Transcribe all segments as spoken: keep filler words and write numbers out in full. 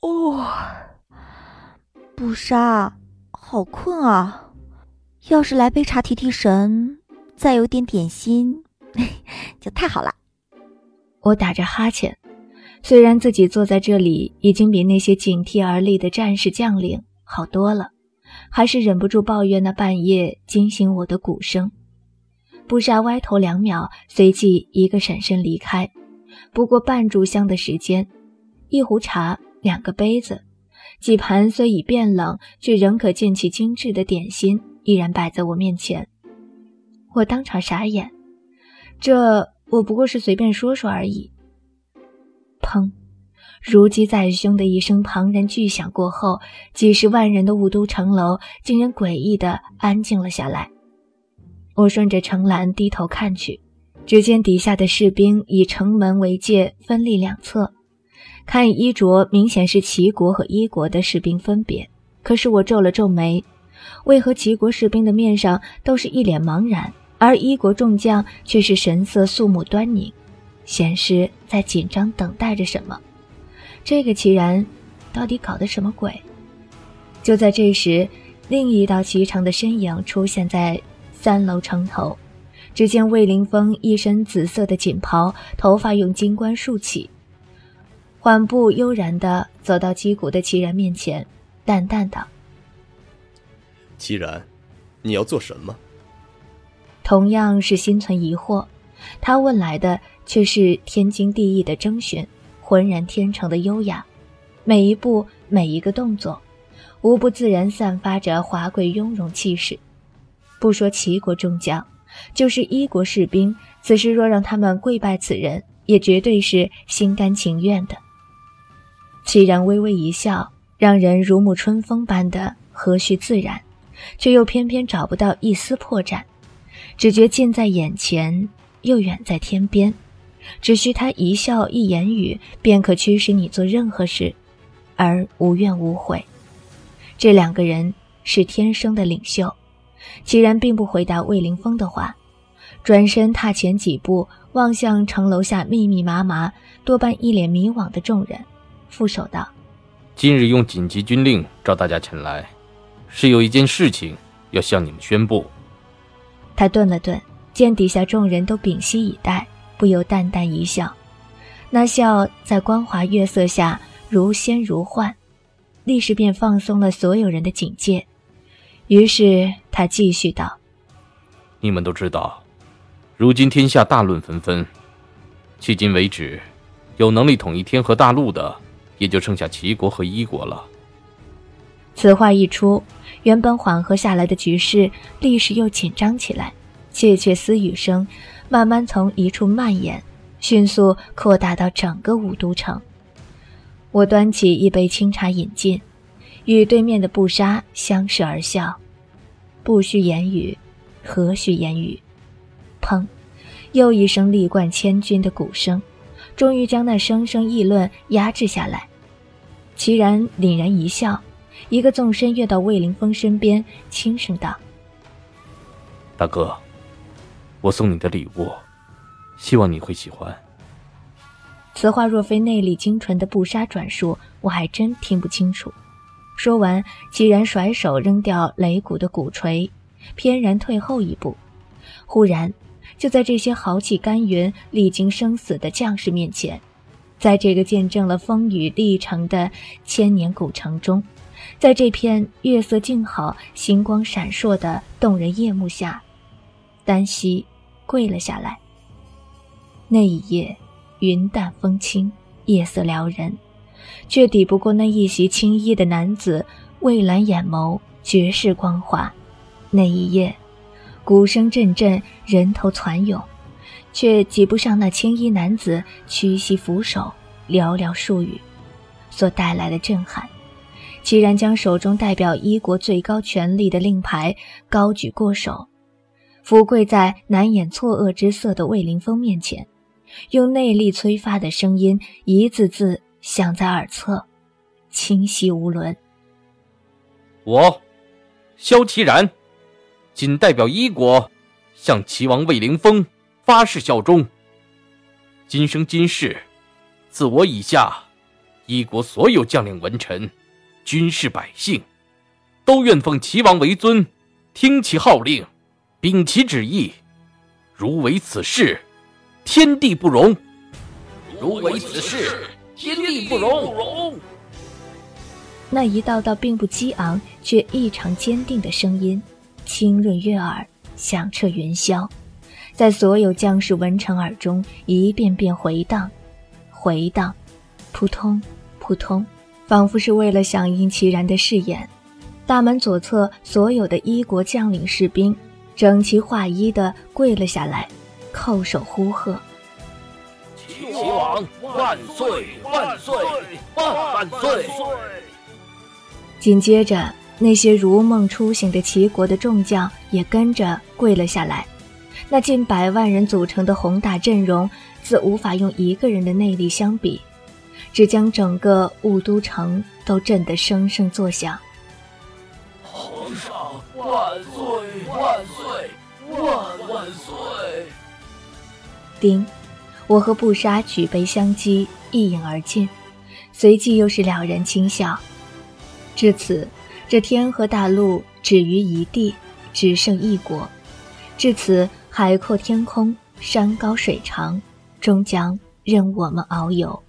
哦，不杀，好困啊！要是来杯茶提提神，再有点点心，就太好了。 我打着哈欠，虽然自己坐在这里已经比那些警惕而立的战士将领好多了，还是忍不住抱怨那半夜惊醒我的鼓声。布莎歪头两秒，随即一个闪身离开。不过半炷香的时间，一壶茶，两个杯子，几盘虽已变冷却仍可见其精致的点心依然摆在我面前。我当场傻眼，这我不过是随便说说而已。砰！如击在胸的一声庞然巨响过后，几十万人的雾都城楼竟然诡异地安静了下来。我顺着城栏低头看去，只见底下的士兵以城门为界，分立两侧。看衣着明显是齐国和伊国的士兵分别，可是我皱了皱眉，为何齐国士兵的面上都是一脸茫然，而伊国众将却是神色肃穆端凝，显示在紧张等待着什么。这个齐然到底搞的什么鬼？就在这时，另一道齐长的身影出现在三楼城头。只见魏凌风一身紫色的锦袍，头发用金冠束起，缓步悠然地走到击鼓的齐然面前，淡淡道： 齐然，你要做什么？ 同样是心存疑惑，他问来的却是天经地义的征询，浑然天成的优雅，每一步每一个动作无不自然散发着华贵雍容气势。不说齐国众将，就是伊国士兵，此时若让他们跪拜此人，也绝对是心甘情愿的。齐然微微一笑，让人如沐春风般的和煦自然，却又偏偏找不到一丝破绽，只觉近在眼前，又远在天边，只需他一笑一言语，便可驱使你做任何事，而无怨无悔。这两个人是天生的领袖。齐然并不回答魏凌风的话，转身踏前几步，望向城楼下密密麻麻多半一脸迷惘的众人，负手道： 今日用紧急军令召大家前来，是有一件事情要向你们宣布。 他顿了顿，见底下众人都屏息以待，不由淡淡一笑，那笑在光华月色下如仙如幻，立时便放松了所有人的警戒。于是他继续道： 你们都知道，如今天下大乱纷纷，迄今为止，有能力统一天河大陆的，也就剩下齐国和伊国了。 此话一出，原本缓和下来的局势立时又紧张起来，窃窃私语声慢慢从一处蔓延，迅速扩大到整个武都城。我端起一杯清茶饮尽，与对面的布莎相视而笑，不需言语，何须言语？砰！又一声力贯千军的鼓声，终于将那声声议论压制下来。齐然凛然一笑，一个纵身跃到魏凌风身边，轻声道： 大哥，我送你的礼物，希望你会喜欢。 此话若非内力精纯的布莎转述，我还真听不清楚。说完，齐然甩手扔掉擂鼓的鼓槌，翩然退后一步。忽然，就在这些豪气干云、历经生死的将士面前，在这个见证了风雨历程的千年古城中，在这片月色静好、星光闪烁的动人夜幕下，单膝跪了下来。那一夜，云淡风轻，夜色撩人，却抵不过那一袭青衣的男子蔚蓝眼眸，绝世光华。那一夜，鼓声阵阵，人头攒涌，却挤不上那青衣男子屈膝俯首寥寥数语所带来的震撼。齐然将手中代表伊国最高权力的令牌高举过手，伏跪在难掩错愕之色的魏凌风面前，用内力催发的声音一字字响在耳侧，清晰无伦。 我萧齐然仅代表伊国向齐王魏凌风发誓效忠，今生今世，自我以下一国所有将领文臣、军士百姓，都愿奉齐王为尊，听其号令，秉其旨意。如违此事，天地不容。如违此事，天地不容。 那一道道并不激昂却异常坚定的声音，清润悦耳，响彻云霄，在所有将士文臣耳中一遍遍回荡回荡，扑通扑通，仿佛是为了响应齐然的誓言。大门左侧所有的一国将领士兵整齐划一地跪了下来，叩首呼喝： 齐王万岁万岁万万岁！ 紧接着，那些如梦初醒的齐国的众将也跟着跪了下来。那近百万人组成的宏大阵容，自无法用一个人的内力相比，只将整个雾都城都震得声声作响。 皇上万岁万岁万万岁！ 丁，我和布莎举杯相击，一饮而尽，随即又是了然轻笑。至此，这天河大陆止于一地，只剩一国。至此，海阔天空，山高水长，终将任我们遨游。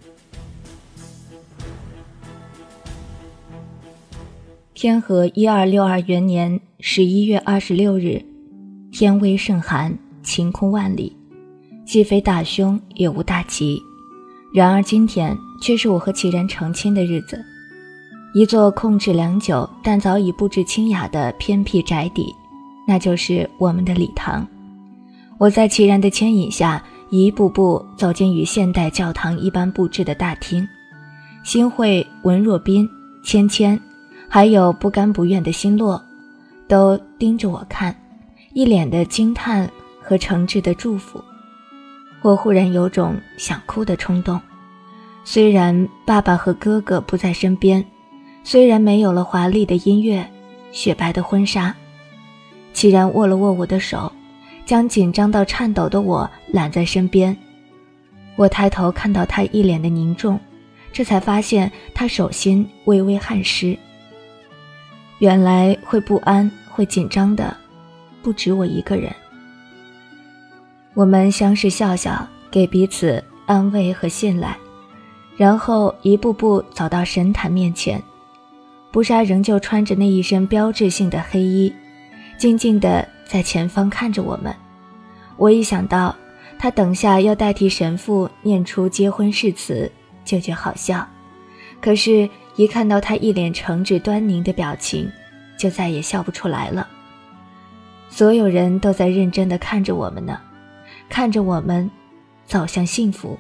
天河一二六二元年十一月二十六日，天微甚寒，晴空万里，既非大凶，也无大吉。然而今天却是我和齐然成亲的日子。一座空置良久但早已布置清雅的偏僻宅邸，那就是我们的礼堂。我在齐然的牵引下，一步步走进与现代教堂一般布置的大厅。新慧、文若斌、芊芊，还有不甘不愿的新洛，都盯着我看，一脸的惊叹和诚挚的祝福。我忽然有种想哭的冲动。虽然爸爸和哥哥不在身边，虽然没有了华丽的音乐、雪白的婚纱，齐然握了握我的手，将紧张到颤抖的我揽在身边。我抬头看到他一脸的凝重，这才发现他手心微微汗湿。原来会不安、会紧张的不止我一个人。我们相视笑笑，给彼此安慰和信赖，然后一步步走到神坛面前。布莎仍旧穿着那一身标志性的黑衣，静静地在前方看着我们。我一想到他等下要代替神父念出结婚誓词，就觉好笑，可是一看到他一脸诚挚端凝的表情，就再也笑不出来了。所有人都在认真地看着我们呢，看着我们走向幸福。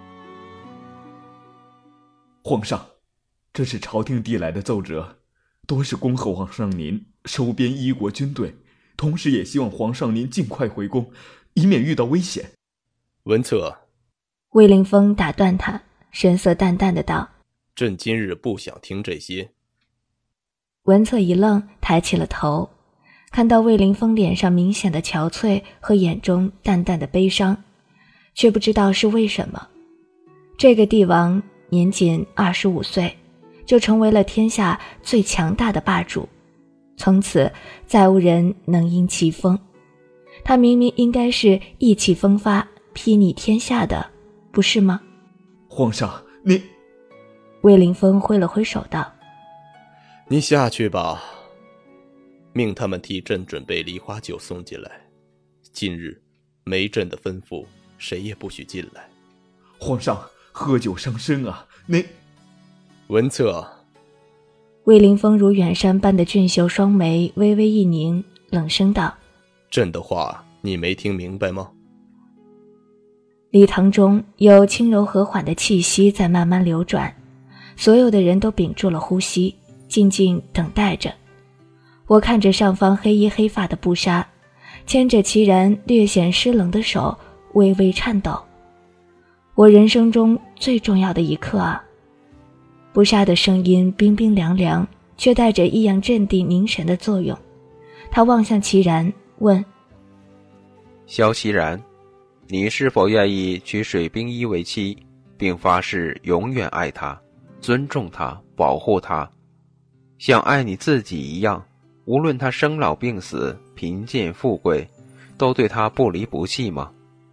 皇上，这是朝廷递来的奏折，多是恭贺皇上您收编一国军队，同时也希望皇上您尽快回宫，以免遇到危险。 文策， 魏凌风打断他，神色淡淡的道： 朕今日不想听这些。 文策一愣，抬起了头，看到魏凌风脸上明显的憔悴和眼中淡淡的悲伤，却不知道是为什么。这个帝王年仅二十五岁，就成为了天下最强大的霸主，从此再无人能因其风。他明明应该是意气风发、睥睨天下的，不是吗？ 皇上，你…… 魏凌风挥了挥手道： 你下去吧，命他们替朕准备梨花酒送进来。今日没朕的吩咐，谁也不许进来。 皇上，喝酒伤身啊！你…… 文策。 魏凌风如远山般的俊秀双眉微微一凝，冷声道： 朕的话你没听明白吗？ 礼堂中有轻柔和缓的气息在慢慢流转，所有的人都屏住了呼吸，静静等待着。我看着上方黑衣黑发的布莎，牵着齐然略显湿冷的手，微微颤抖。我人生中最重要的一刻啊！布莎的声音冰冰凉凉，却带着异样镇定凝神的作用。他望向齐然，问： 萧齐然，你是否愿意娶水冰衣为妻，并发誓永远爱她？ 尊重他，保护他，像爱你自己一样，无论他生老病死、贫贱富贵，都对他不离不弃吗？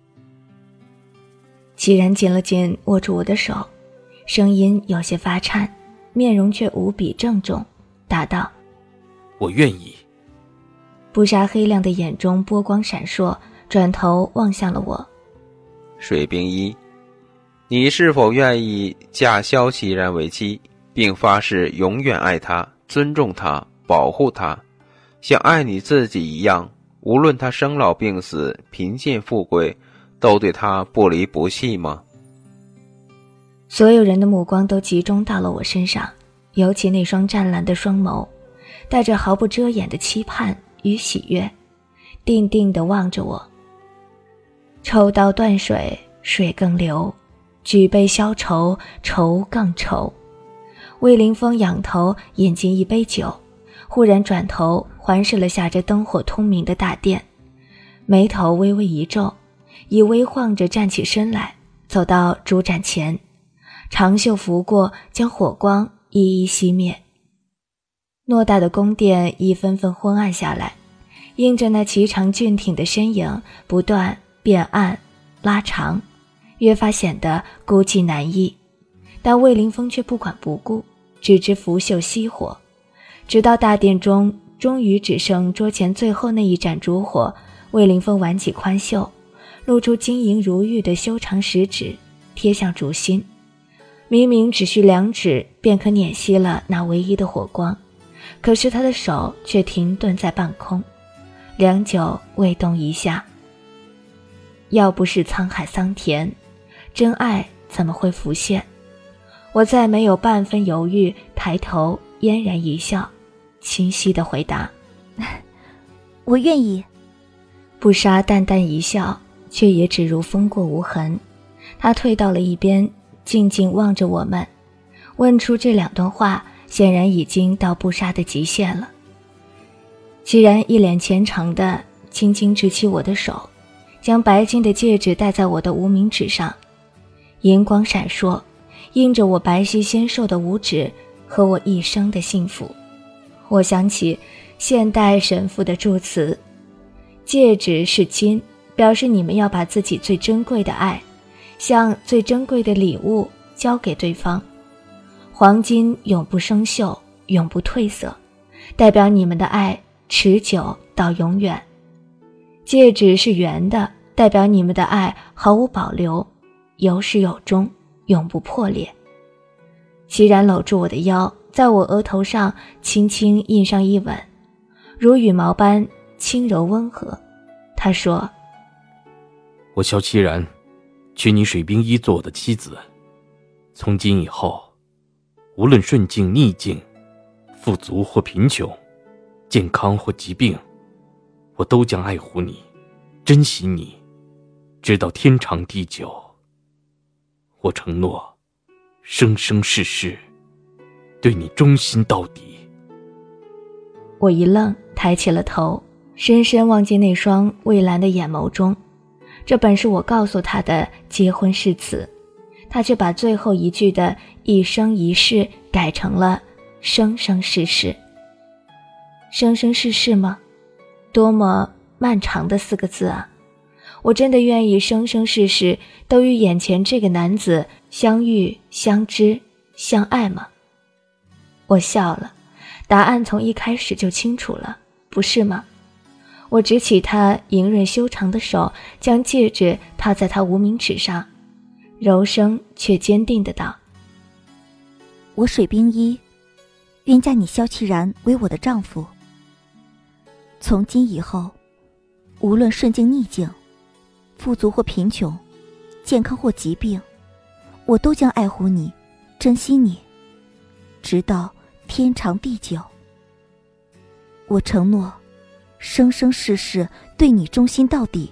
齐然紧了紧握住我的手，声音有些发颤，面容却无比郑重，答道： 我愿意。 布莎黑亮的眼中波光闪烁，转头望向了我。 水冰一，你是否愿意嫁萧其然为妻，并发誓永远爱他，尊重他，保护他，像爱你自己一样，无论他生老病死、贫贱富贵，都对他不离不弃吗？ 所有人的目光都集中到了我身上，尤其那双湛蓝的双眸，带着毫不遮掩的期盼与喜悦，定定地望着我。抽刀断水，水更流；举杯消愁，愁更愁。魏凌风仰头饮尽一杯酒，忽然转头环视了下这灯火通明的大殿，眉头微微一皱，已微晃着站起身来，走到烛盏前，长袖拂过，将火光一一熄灭。偌大的宫殿已纷纷昏暗下来，映着那颀长俊挺的身影不断变暗拉长，越发显得孤寂难抑。但魏凌风却不管不顾，只知拂袖熄火，直到大殿中终于只剩桌前最后那一盏烛火，魏凌风挽起宽袖，露出晶莹如玉的修长食指，贴向烛心。明明只需两指便可碾熄了那唯一的火光，可是他的手却停顿在半空，良久未动一下。要不是沧海桑田，真爱怎么会浮现？我再没有半分犹豫，抬头嫣然一笑，清晰地回答： 我愿意。 布莎淡淡一笑，却也只如风过无痕。他退到了一边，静静望着我们，问出这两段话显然已经到布莎的极限了。既然一脸虔诚地轻轻执起我的手，将白金的戒指戴在我的无名指上，银光闪烁，映着我白皙纤瘦的五指和我一生的幸福。我想起现代神父的祝词：戒指是金，表示你们要把自己最珍贵的爱，像最珍贵的礼物交给对方。黄金永不生锈，永不褪色，代表你们的爱持久到永远。戒指是圆的，代表你们的爱毫无保留，有始有终，永不破裂。齐然搂住我的腰，在我额头上轻轻印上一吻，如羽毛般轻柔温和。他说： 我萧齐然娶你水冰一做我的妻子，从今以后，无论顺境逆境，富足或贫穷，健康或疾病，我都将爱护你，珍惜你，直到天长地久。我承诺，生生世世对你忠心到底。 我一愣，抬起了头，深深望进那双蔚蓝的眼眸中。这本是我告诉他的结婚誓词，他却把最后一句的一生一世改成了生生世世。生生世世吗？多么漫长的四个字啊！我真的愿意生生世世都与眼前这个男子相遇、相知、相爱吗？我笑了，答案从一开始就清楚了，不是吗？我执起他莹润修长的手，将戒指套在他无名指上，柔声却坚定地道： 我水冰一，愿嫁你萧齐然为我的丈夫。从今以后，无论顺境逆境，富足或贫穷，健康或疾病，我都将爱护你，珍惜你，直到天长地久。我承诺，生生世世对你忠心到底。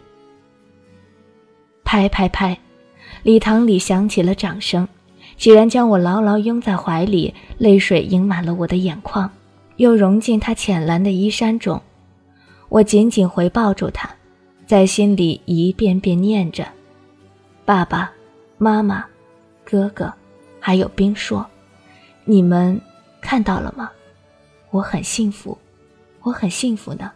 拍拍拍，礼堂里响起了掌声，齐然将我牢牢拥在怀里，泪水盈满了我的眼眶，又融进他浅蓝的衣衫中。我紧紧回抱住他，在心里一遍遍念着：爸爸妈妈哥哥还有冰硕， 你们看到了吗？我很幸福，我很幸福呢。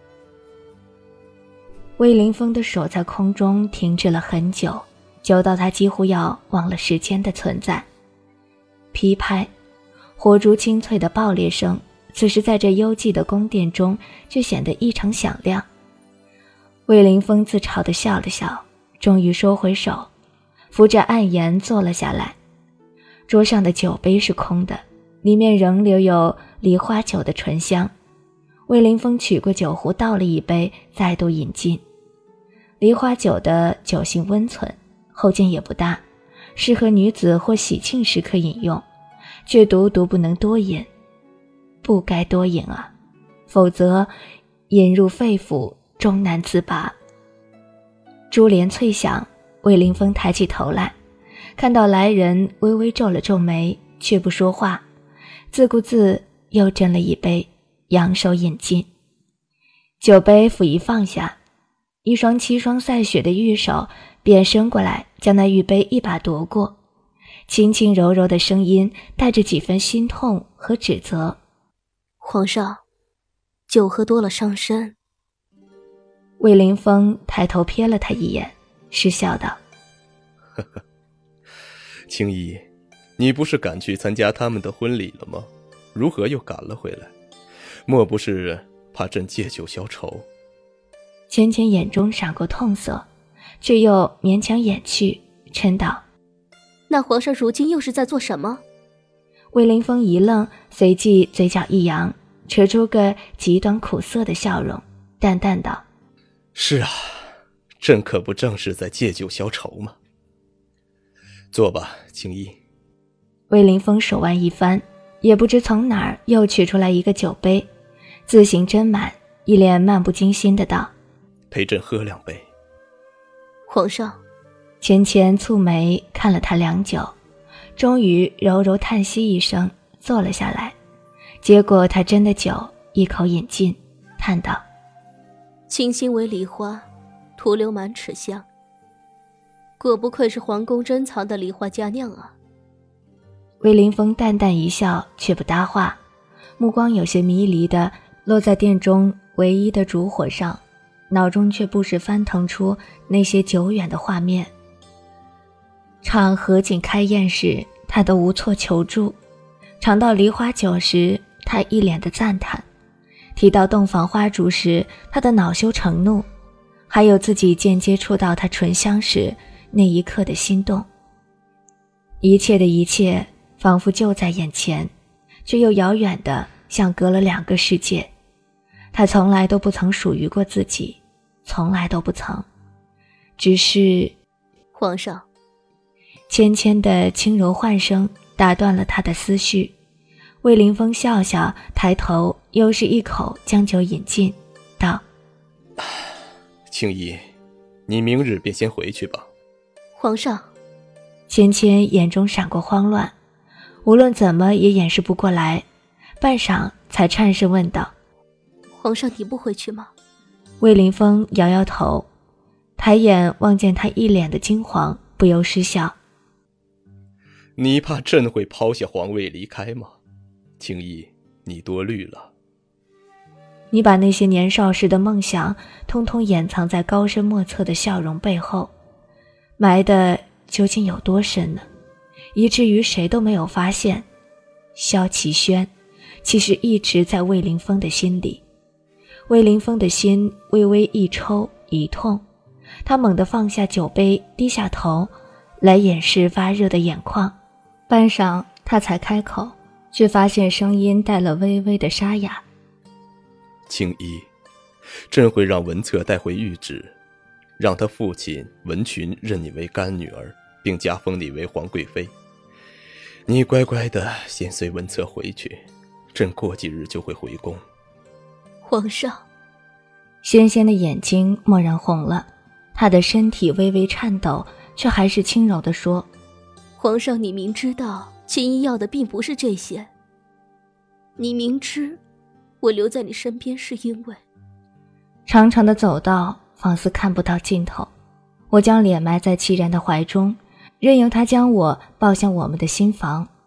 魏凌风的手在空中停滞了很久，久到他几乎要忘了时间的存在。噼拍，火烛清脆的爆裂声，此时在这幽寂的宫殿中却显得异常响亮。魏凌风自嘲地笑了笑，终于收回手，扶着案沿坐了下来。桌上的酒杯是空的，里面仍留有梨花酒的醇香。魏凌风取过酒壶倒了一杯，再度饮尽。梨花酒的酒性温存，后劲也不大，适合女子或喜庆时刻饮用，却独独不能多饮。不该多饮啊，否则饮入肺腑，终难自拔。珠帘脆响，魏凌风抬起头来，看到来人微微皱了皱眉，却不说话，自顾自又斟了一杯，扬手饮尽。酒杯甫一放下，一双七双赛雪的玉手便伸过来，将那玉杯一把夺过，轻轻柔柔的声音带着几分心痛和指责： 皇上，酒喝多了伤身。 魏凌风抬头瞥了他一眼，失笑道： 呵呵，青衣，你不是赶去参加他们的婚礼了吗？如何又赶了回来？莫不是怕朕借酒消愁？ 芊芊眼中闪过痛色，却又勉强掩去，嗔道： 那皇上如今又是在做什么？ 魏凌风一愣，随即嘴角一扬，扯出个极端苦涩的笑容，淡淡道： 是啊，朕可不正是在借酒消愁吗？坐吧，青衣。 魏凌风手腕一翻，也不知从哪儿又取出来一个酒杯，自行斟满，一脸漫不经心的道： 陪朕喝两杯。 皇上。 芊芊蹙眉看了他良久，终于柔柔叹息一声，坐了下来，接过他斟的酒，一口饮尽，叹道： 清新为梨花，徒留满齿香。果不愧是皇宫珍藏的梨花佳酿啊。 魏凌风淡淡一笑，却不搭话，目光有些迷离的落在殿中唯一的烛火上，脑中却不时翻腾出那些久远的画面。尝合卺开宴时，他都无措求助；尝到梨花酒时，他一脸的赞叹；提到洞房花烛时，他的恼羞成怒；还有自己间接触到他醇香时那一刻的心动。一切的一切仿佛就在眼前，却又遥远的像隔了两个世界。他从来都不曾属于过自己，从来都不曾。只是皇上。 芊芊的轻柔唤声打断了他的思绪。魏凌风笑笑，抬头又是一口将酒饮尽，道： 青衣，你明日便先回去吧。 皇上。 芊芊眼中闪过慌乱，无论怎么也掩饰不过来，半晌才颤声问道： 皇上你不回去吗？ 魏凌风摇摇头，抬眼望见他一脸的惊惶，不由失笑： 你怕朕会抛下皇位离开吗？青衣，你多虑了。 你把那些年少时的梦想通通掩藏在高深莫测的笑容背后，埋的究竟有多深呢？以至于谁都没有发现。萧齐轩其实一直在魏凌风的心里。魏凌风的心微微一抽一痛，他猛地放下酒杯，低下头来掩饰发热的眼眶。半晌他才开口，却发现声音带了微微的沙哑： 青衣，朕会让文策带回谕旨，让他父亲文群认你为干女儿，并加封你为皇贵妃。你乖乖的先随文策回去，朕过几日就会回宫。 皇上。 纤纤的眼睛蓦然红了，他的身体微微颤抖，却还是轻柔地说： 皇上，你明知道秦医要的并不是这些，你明知我留在你身边是因为…… 长长的走道仿似看不到尽头，我将脸埋在戚然的怀中，任由他将我抱向我们的新房。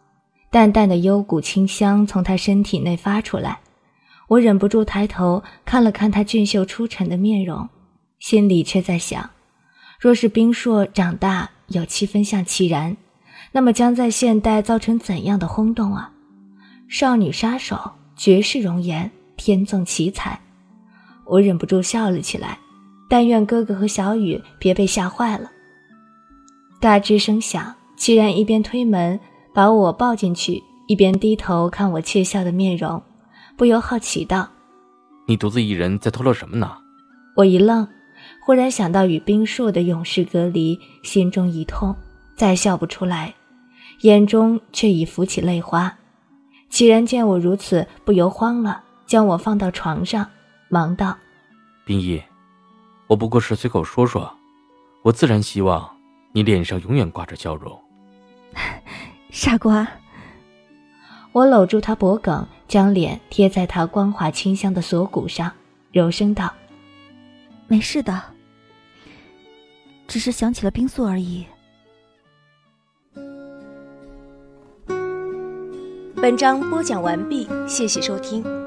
淡淡的幽谷清香从他身体内发出来，我忍不住抬头看了看他俊秀出尘的面容，心里却在想，若是冰硕长大有七分像齐然，那么将在现代造成怎样的轰动啊！少女杀手，绝世容颜，天纵奇才。我忍不住笑了起来，但愿哥哥和小雨别被吓坏了。嘎吱声响，齐然一边推门把我抱进去，一边低头看我窃笑的面容，不由好奇道： 你独自一人在偷乐什么呢？ 我一愣，忽然想到与冰硕的永世隔离，心中一痛，再笑不出来，眼中却已浮起泪花。齐然见我如此，不由慌了，将我放到床上，忙道： 冰衣，我不过是随口说说，我自然希望你脸上永远挂着笑容。 傻瓜。 我搂住他脖颈，将脸贴在他光滑清香的锁骨上，柔声道： 没事的，只是想起了冰素而已。 本章播讲完毕，谢谢收听。